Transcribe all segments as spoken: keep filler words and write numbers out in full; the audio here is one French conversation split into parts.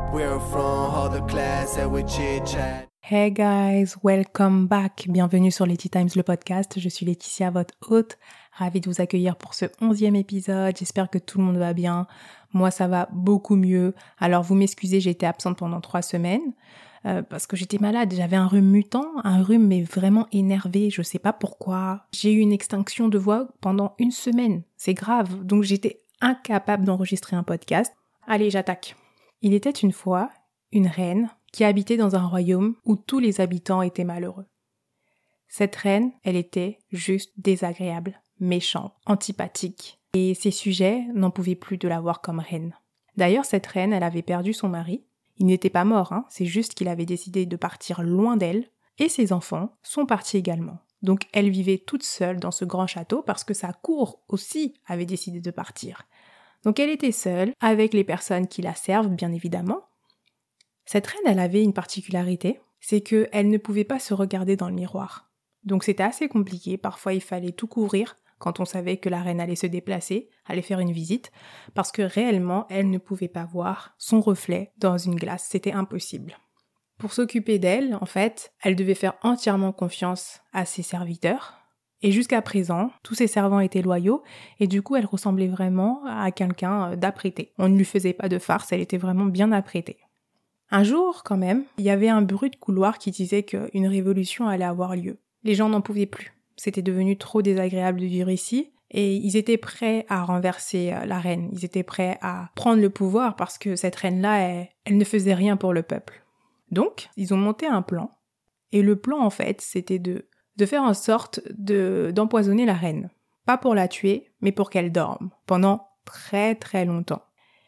We're from all the class and we chit-chat. Hey guys, welcome back. Bienvenue sur Letty Times, le podcast. Je suis Laetitia, votre hôte. Ravie de vous accueillir pour ce onzième épisode. J'espère que tout le monde va bien. Moi, ça va beaucoup mieux. Alors, vous m'excusez, j'ai été absente pendant trois semaines euh, parce que j'étais malade. J'avais un rhume mutant, un rhume mais vraiment énervé. Je sais pas pourquoi. J'ai eu une extinction de voix pendant une semaine. C'est grave. Donc, j'étais incapable d'enregistrer un podcast. Allez, j'attaque. Il était une fois une reine qui habitait dans un royaume où tous les habitants étaient malheureux. Cette reine, elle était juste désagréable, méchante, antipathique, et ses sujets n'en pouvaient plus de la voir comme reine. D'ailleurs, cette reine, elle avait perdu son mari. Il n'était pas mort, hein, c'est juste qu'il avait décidé de partir loin d'elle, et ses enfants sont partis également. Donc elle vivait toute seule dans ce grand château parce que sa cour aussi avait décidé de partir. Donc elle était seule, avec les personnes qui la servent, bien évidemment. Cette reine, elle avait une particularité, c'est qu'elle ne pouvait pas se regarder dans le miroir. Donc c'était assez compliqué, parfois il fallait tout couvrir quand on savait que la reine allait se déplacer, allait faire une visite, parce que réellement, elle ne pouvait pas voir son reflet dans une glace, c'était impossible. Pour s'occuper d'elle, en fait, elle devait faire entièrement confiance à ses serviteurs, et jusqu'à présent, tous ses servants étaient loyaux, et du coup, elle ressemblait vraiment à quelqu'un d'apprêté. On ne lui faisait pas de farce, elle était vraiment bien apprêtée. Un jour, quand même, il y avait un bruit de couloir qui disait qu'une révolution allait avoir lieu. Les gens n'en pouvaient plus. C'était devenu trop désagréable de vivre ici, et ils étaient prêts à renverser la reine. Ils étaient prêts à prendre le pouvoir parce que cette reine-là, elle, elle ne faisait rien pour le peuple. Donc, ils ont monté un plan, et le plan, en fait, c'était de, de faire en sorte de, d'empoisonner la reine. Pas pour la tuer, mais pour qu'elle dorme, pendant très très longtemps.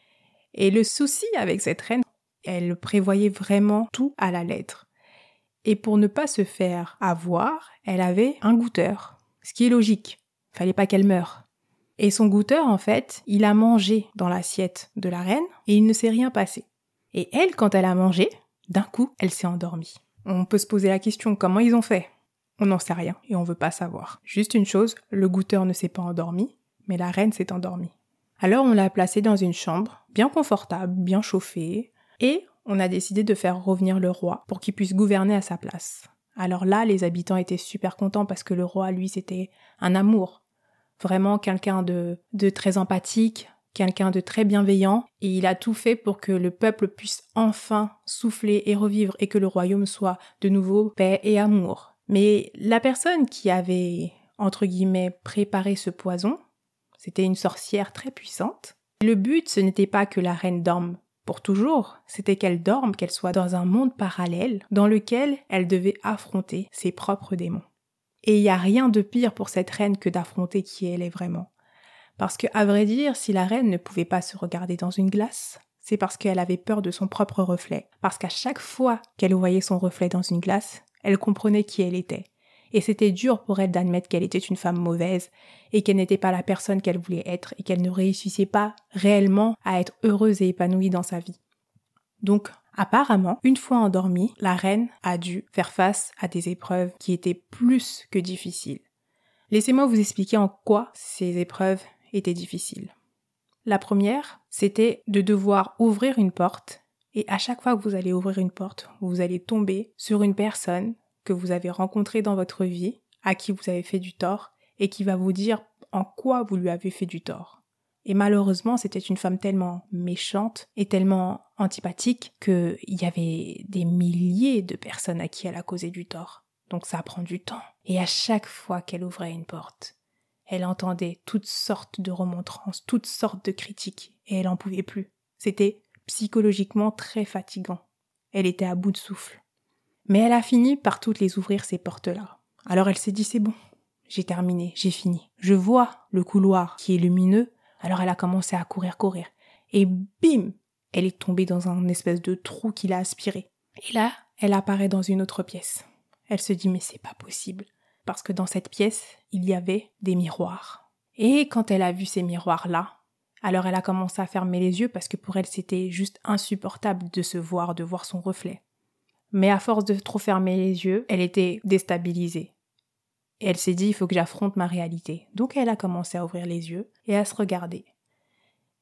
Et le souci avec cette reine, elle prévoyait vraiment tout à la lettre. Et pour ne pas se faire avoir, elle avait un goûteur. Ce qui est logique. Fallait pas qu'elle meure. Et son goûteur, en fait, il a mangé dans l'assiette de la reine et il ne s'est rien passé. Et elle, quand elle a mangé, d'un coup, elle s'est endormie. On peut se poser la question, comment ils ont fait ? On n'en sait rien et on veut pas savoir. Juste une chose, le goûteur ne s'est pas endormi, mais la reine s'est endormie. Alors on l'a placée dans une chambre, bien confortable, bien chauffée, et on a décidé de faire revenir le roi pour qu'il puisse gouverner à sa place. Alors là, les habitants étaient super contents parce que le roi, lui, c'était un amour. Vraiment quelqu'un de, de très empathique, quelqu'un de très bienveillant. Et il a tout fait pour que le peuple puisse enfin souffler et revivre et que le royaume soit de nouveau paix et amour. Mais la personne qui avait, entre guillemets, préparé ce poison, c'était une sorcière très puissante. Le but, ce n'était pas que la reine dorme pour toujours, c'était qu'elle dorme, qu'elle soit dans un monde parallèle dans lequel elle devait affronter ses propres démons. Et il n'y a rien de pire pour cette reine que d'affronter qui elle est vraiment. Parce que, à vrai dire, si la reine ne pouvait pas se regarder dans une glace, c'est parce qu'elle avait peur de son propre reflet. Parce qu'à chaque fois qu'elle voyait son reflet dans une glace, elle comprenait qui elle était. Et c'était dur pour elle d'admettre qu'elle était une femme mauvaise et qu'elle n'était pas la personne qu'elle voulait être et qu'elle ne réussissait pas réellement à être heureuse et épanouie dans sa vie. Donc, apparemment, une fois endormie, la reine a dû faire face à des épreuves qui étaient plus que difficiles. Laissez-moi vous expliquer en quoi ces épreuves étaient difficiles. La première, c'était de devoir ouvrir une porte et à chaque fois que vous allez ouvrir une porte, vous allez tomber sur une personne que vous avez rencontré dans votre vie, à qui vous avez fait du tort, et qui va vous dire en quoi vous lui avez fait du tort. Et malheureusement, c'était une femme tellement méchante et tellement antipathique qu'il y avait des milliers de personnes à qui elle a causé du tort. Donc ça prend du temps. Et à chaque fois qu'elle ouvrait une porte, elle entendait toutes sortes de remontrances, toutes sortes de critiques, et elle n'en pouvait plus. C'était psychologiquement très fatigant. Elle était à bout de souffle. Mais elle a fini par toutes les ouvrir, ces portes-là. Alors elle s'est dit, c'est bon, j'ai terminé, j'ai fini. Je vois le couloir qui est lumineux, alors elle a commencé à courir, courir. Et bim, elle est tombée dans un espèce de trou qui l'a aspirée. Et là, elle apparaît dans une autre pièce. Elle se dit, mais c'est pas possible. Parce que dans cette pièce, il y avait des miroirs. Et quand elle a vu ces miroirs-là, alors elle a commencé à fermer les yeux parce que pour elle, c'était juste insupportable de se voir, de voir son reflet. Mais à force de trop fermer les yeux, elle était déstabilisée. Et elle s'est dit, il faut que j'affronte ma réalité. Donc elle a commencé à ouvrir les yeux et à se regarder.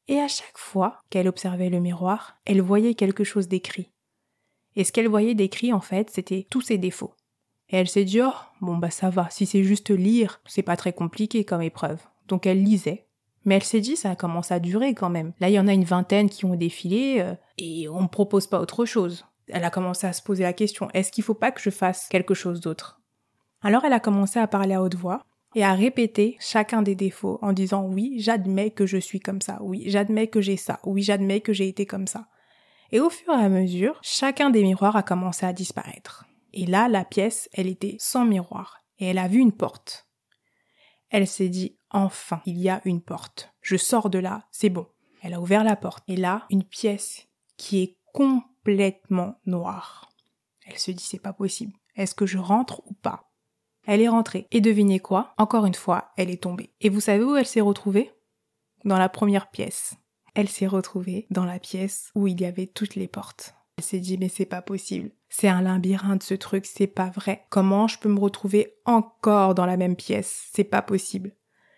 Et à chaque fois qu'elle observait le miroir, elle voyait quelque chose d'écrit. Et ce qu'elle voyait d'écrit, en fait, c'était tous ses défauts. Et elle s'est dit, oh, bon bah ça va, si c'est juste lire, c'est pas très compliqué comme épreuve. Donc elle lisait. Mais elle s'est dit, ça commence à durer quand même. Là, il y en a une vingtaine qui ont défilé euh, et on me propose pas autre chose. Elle a commencé à se poser la question, est-ce qu'il faut pas que je fasse quelque chose d'autre ? Alors elle a commencé à parler à haute voix et à répéter chacun des défauts en disant, oui, j'admets que je suis comme ça, oui, j'admets que j'ai ça, oui, j'admets que j'ai été comme ça. Et au fur et à mesure, chacun des miroirs a commencé à disparaître. Et là, la pièce, elle était sans miroir et elle a vu une porte. Elle s'est dit, enfin, il y a une porte. Je sors de là, c'est bon. Elle a ouvert la porte. Et là, une pièce qui est complètement noire. Elle se dit, c'est pas possible. Est-ce que je rentre ou pas ? Elle est rentrée. Et devinez quoi ? Encore une fois, elle est tombée. Et vous savez où elle s'est retrouvée ? Dans la première pièce. Elle s'est retrouvée dans la pièce où il y avait toutes les portes. Elle s'est dit, mais c'est pas possible. C'est un labyrinthe ce truc, c'est pas vrai. Comment je peux me retrouver encore dans la même pièce ? C'est pas possible.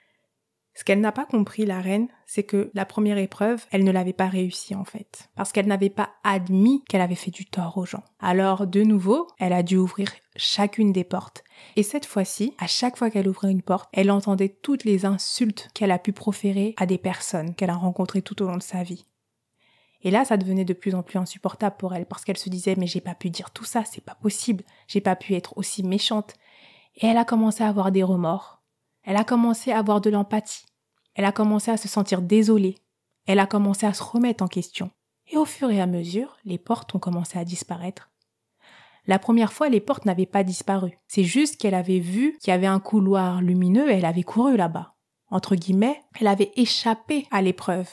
Ce qu'elle n'a pas compris, la reine, c'est que la première épreuve, elle ne l'avait pas réussi en fait. Parce qu'elle n'avait pas admis qu'elle avait fait du tort aux gens. Alors, de nouveau, elle a dû ouvrir chacune des portes. Et cette fois-ci, à chaque fois qu'elle ouvrait une porte, elle entendait toutes les insultes qu'elle a pu proférer à des personnes qu'elle a rencontrées tout au long de sa vie. Et là, ça devenait de plus en plus insupportable pour elle, parce qu'elle se disait, mais j'ai pas pu dire tout ça, c'est pas possible, j'ai pas pu être aussi méchante. Et elle a commencé à avoir des remords. Elle a commencé à avoir de l'empathie. Elle a commencé à se sentir désolée. Elle a commencé à se remettre en question. Et au fur et à mesure, les portes ont commencé à disparaître. La première fois, les portes n'avaient pas disparu. C'est juste qu'elle avait vu qu'il y avait un couloir lumineux et elle avait couru là-bas. Entre guillemets, elle avait échappé à l'épreuve.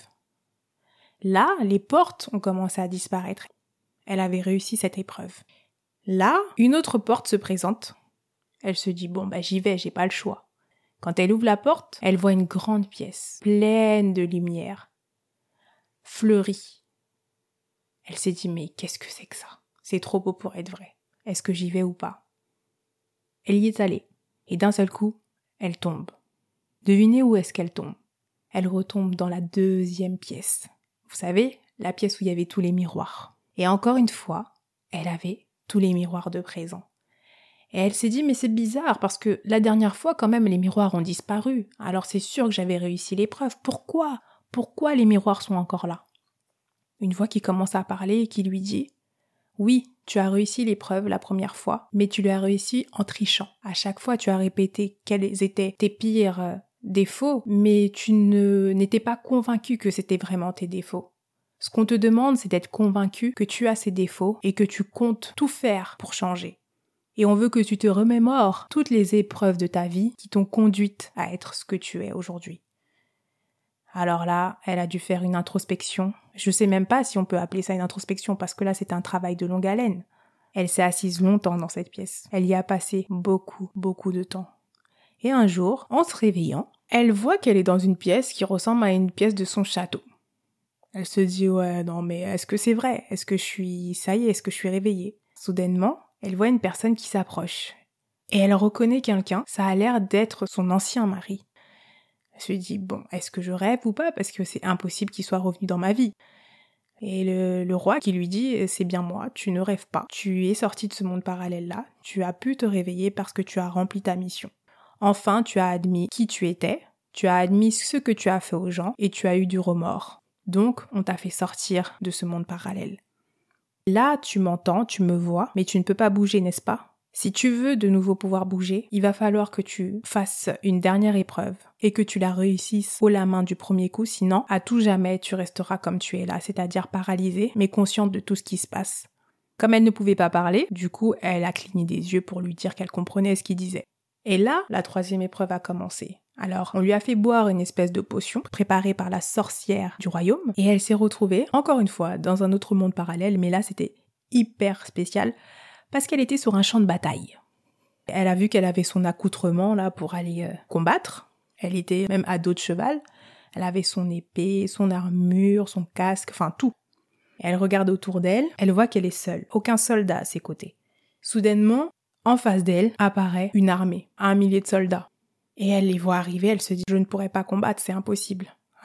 Là, les portes ont commencé à disparaître. Elle avait réussi cette épreuve. Là, une autre porte se présente. Elle se dit, bon, bah j'y vais, j'ai pas le choix. Quand elle ouvre la porte, elle voit une grande pièce, pleine de lumière, fleurie. Elle s'est dit, mais qu'est-ce que c'est que ça ? C'est trop beau pour être vrai. Est-ce que j'y vais ou pas ? Elle y est allée. Et d'un seul coup, elle tombe. Devinez où est-ce qu'elle tombe ? Elle retombe dans la deuxième pièce. Vous savez, la pièce où il y avait tous les miroirs. Et encore une fois, elle avait tous les miroirs de présent. Et elle s'est dit, mais c'est bizarre, parce que la dernière fois, quand même, les miroirs ont disparu. Alors c'est sûr que j'avais réussi l'épreuve. Pourquoi ? Pourquoi les miroirs sont encore là ? Une voix qui commence à parler et qui lui dit, oui, tu as réussi l'épreuve la première fois, mais tu l'as réussi en trichant. À chaque fois, tu as répété quels étaient tes pires euh, défauts, mais tu ne, n'étais pas convaincu que c'était vraiment tes défauts. Ce qu'on te demande, c'est d'être convaincu que tu as ces défauts et que tu comptes tout faire pour changer. Et on veut que tu te remémores toutes les épreuves de ta vie qui t'ont conduite à être ce que tu es aujourd'hui. Alors là, elle a dû faire une introspection. Je sais même pas si on peut appeler ça une introspection parce que là, c'est un travail de longue haleine. Elle s'est assise longtemps dans cette pièce. Elle y a passé beaucoup, beaucoup de temps. Et un jour, en se réveillant, elle voit qu'elle est dans une pièce qui ressemble à une pièce de son château. Elle se dit, ouais, non mais est-ce que c'est vrai ? Est-ce que je suis... ça y est, est-ce que je suis réveillée ? Soudainement, elle voit une personne qui s'approche. Et elle reconnaît quelqu'un, ça a l'air d'être son ancien mari. Elle se dit, bon, est-ce que je rêve ou pas ? Parce que c'est impossible qu'il soit revenu dans ma vie. Et le, le roi qui lui dit, c'est bien moi, tu ne rêves pas. Tu es sorti de ce monde parallèle-là, tu as pu te réveiller parce que tu as rempli ta mission. Enfin, tu as admis qui tu étais, tu as admis ce que tu as fait aux gens et tu as eu du remords. Donc, on t'a fait sortir de ce monde parallèle. Là, tu m'entends, tu me vois, mais tu ne peux pas bouger, n'est-ce pas ? Si tu veux de nouveau pouvoir bouger, il va falloir que tu fasses une dernière épreuve et que tu la réussisses haut la main du premier coup, sinon, à tout jamais, tu resteras comme tu es là, c'est-à-dire paralysée, mais consciente de tout ce qui se passe. Comme elle ne pouvait pas parler, du coup, elle a cligné des yeux pour lui dire qu'elle comprenait ce qu'il disait. Et là, la troisième épreuve a commencé. Alors, on lui a fait boire une espèce de potion préparée par la sorcière du royaume et elle s'est retrouvée, encore une fois, dans un autre monde parallèle, mais là, c'était hyper spécial parce qu'elle était sur un champ de bataille. Elle a vu qu'elle avait son accoutrement là pour aller euh, combattre. Elle était même à dos de cheval. Elle avait son épée, son armure, son casque, enfin tout. Elle regarde autour d'elle, elle voit qu'elle est seule, aucun soldat à ses côtés. Soudainement, en face d'elle apparaît une armée, un millier de soldats. Et elle les voit arriver, elle se dit « je ne pourrai pas combattre, c'est impossible ».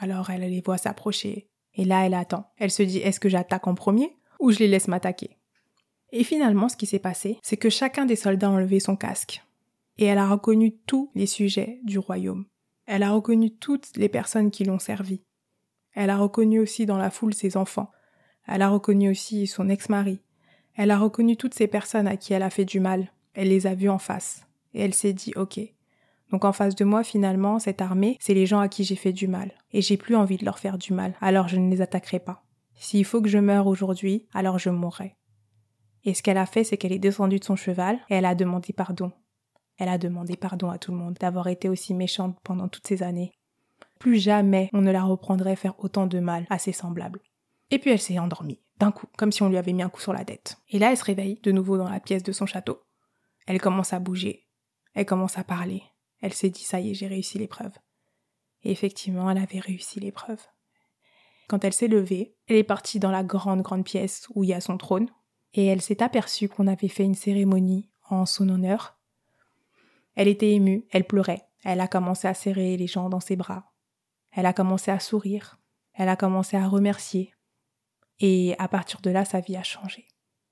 Alors elle les voit s'approcher. Et là, elle attend. Elle se dit, est-ce que j'attaque en premier ou je les laisse m'attaquer? Et finalement, ce qui s'est passé, c'est que chacun des soldats a enlevé son casque. Et elle a reconnu tous les sujets du royaume. Elle a reconnu toutes les personnes qui l'ont servi. Elle a reconnu aussi dans la foule ses enfants. Elle a reconnu aussi son ex-mari. Elle a reconnu toutes ces personnes à qui elle a fait du mal. Elle les a vues en face. Et elle s'est dit, ok. Donc en face de moi, finalement, cette armée, c'est les gens à qui j'ai fait du mal. Et j'ai plus envie de leur faire du mal, alors je ne les attaquerai pas. S'il faut que je meure aujourd'hui, alors je mourrai. Et ce qu'elle a fait, c'est qu'elle est descendue de son cheval et elle a demandé pardon. Elle a demandé pardon à tout le monde d'avoir été aussi méchante pendant toutes ces années. Plus jamais on ne la reprendrait faire autant de mal à ses semblables. Et puis elle s'est endormie, d'un coup, comme si on lui avait mis un coup sur la tête. Et là, elle se réveille de nouveau dans la pièce de son château. Elle commence à bouger. Elle commence à parler. Elle s'est dit, ça y est, j'ai réussi l'épreuve. Et effectivement, elle avait réussi l'épreuve. Quand elle s'est levée, elle est partie dans la grande, grande pièce où il y a son trône. Et elle s'est aperçue qu'on avait fait une cérémonie en son honneur. Elle était émue, elle pleurait. Elle a commencé à serrer les gens dans ses bras. Elle a commencé à sourire. Elle a commencé à remercier. Et à partir de là, sa vie a changé.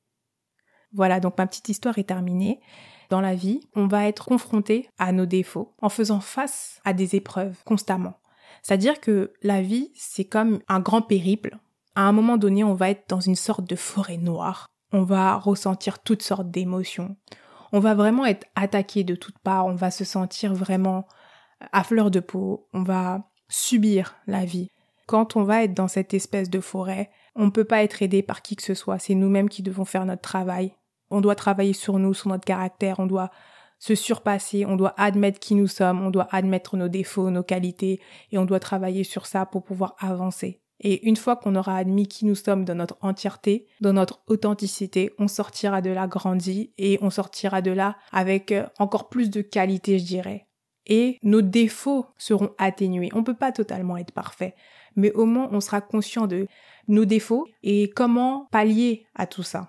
Voilà, donc ma petite histoire est terminée. Dans la vie, on va être confronté à nos défauts en faisant face à des épreuves constamment. C'est-à-dire que la vie, c'est comme un grand périple. À un moment donné, on va être dans une sorte de forêt noire. On va ressentir toutes sortes d'émotions. On va vraiment être attaqué de toutes parts. On va se sentir vraiment à fleur de peau. On va subir la vie. Quand on va être dans cette espèce de forêt, on ne peut pas être aidé par qui que ce soit. C'est nous-mêmes qui devons faire notre travail. On doit travailler sur nous, sur notre caractère. On doit se surpasser. On doit admettre qui nous sommes. On doit admettre nos défauts, nos qualités. Et on doit travailler sur ça pour pouvoir avancer. Et une fois qu'on aura admis qui nous sommes dans notre entièreté, dans notre authenticité, on sortira de là grandi et on sortira de là avec encore plus de qualité, je dirais. Et nos défauts seront atténués. On peut pas totalement être parfait, mais au moins on sera conscient de nos défauts et comment pallier à tout ça.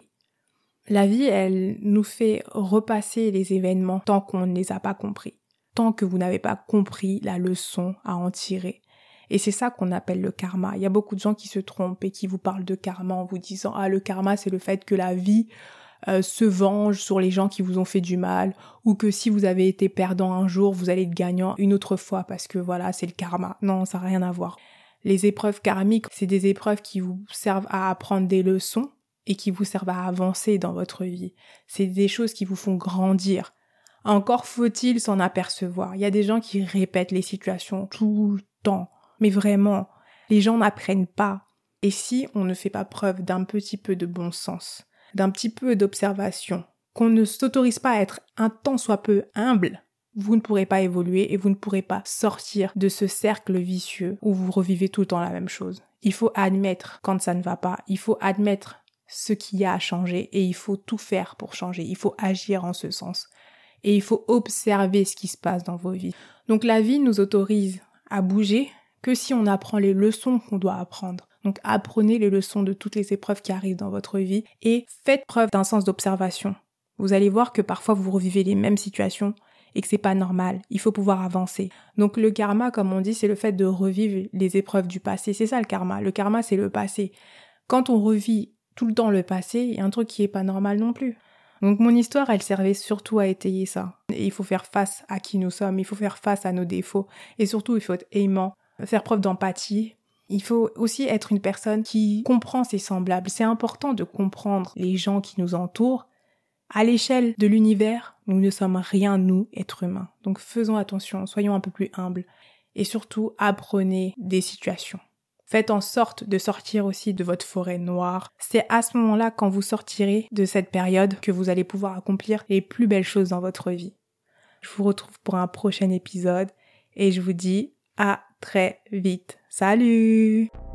La vie, elle nous fait repasser les événements tant qu'on ne les a pas compris, tant que vous n'avez pas compris la leçon à en tirer. Et c'est ça qu'on appelle le karma. Il y a beaucoup de gens qui se trompent et qui vous parlent de karma en vous disant « Ah, le karma, c'est le fait que la vie euh, se venge sur les gens qui vous ont fait du mal ou que si vous avez été perdant un jour, vous allez être gagnant une autre fois parce que voilà, c'est le karma. » Non, ça n'a rien à voir. Les épreuves karmiques, c'est des épreuves qui vous servent à apprendre des leçons et qui vous servent à avancer dans votre vie. C'est des choses qui vous font grandir. Encore faut-il s'en apercevoir. Il y a des gens qui répètent les situations tout le temps. Mais vraiment, les gens n'apprennent pas. Et si on ne fait pas preuve d'un petit peu de bon sens, d'un petit peu d'observation, qu'on ne s'autorise pas à être un tant soit peu humble, vous ne pourrez pas évoluer et vous ne pourrez pas sortir de ce cercle vicieux où vous revivez tout le temps la même chose. Il faut admettre quand ça ne va pas, il faut admettre ce qu'il y a à changer et il faut tout faire pour changer, il faut agir en ce sens. Et il faut observer ce qui se passe dans vos vies. Donc la vie nous autorise à bouger que si on apprend les leçons qu'on doit apprendre. Donc apprenez les leçons de toutes les épreuves qui arrivent dans votre vie et faites preuve d'un sens d'observation. Vous allez voir que parfois vous revivez les mêmes situations et que c'est pas normal. Il faut pouvoir avancer. Donc le karma, comme on dit, c'est le fait de revivre les épreuves du passé. C'est ça le karma. Le karma, c'est le passé. Quand on revit tout le temps le passé, il y a un truc qui est pas normal non plus. Donc mon histoire, elle servait surtout à étayer ça. Et il faut faire face à qui nous sommes, il faut faire face à nos défauts et surtout il faut être aimant. Faire preuve d'empathie. Il faut aussi être une personne qui comprend ses semblables. C'est important de comprendre les gens qui nous entourent. À l'échelle de l'univers, nous ne sommes rien, nous, êtres humains. Donc faisons attention, soyons un peu plus humbles. Et surtout, apprenez des situations. Faites en sorte de sortir aussi de votre forêt noire. C'est à ce moment-là, quand vous sortirez de cette période, que vous allez pouvoir accomplir les plus belles choses dans votre vie. Je vous retrouve pour un prochain épisode et je vous dis à très vite. Salut!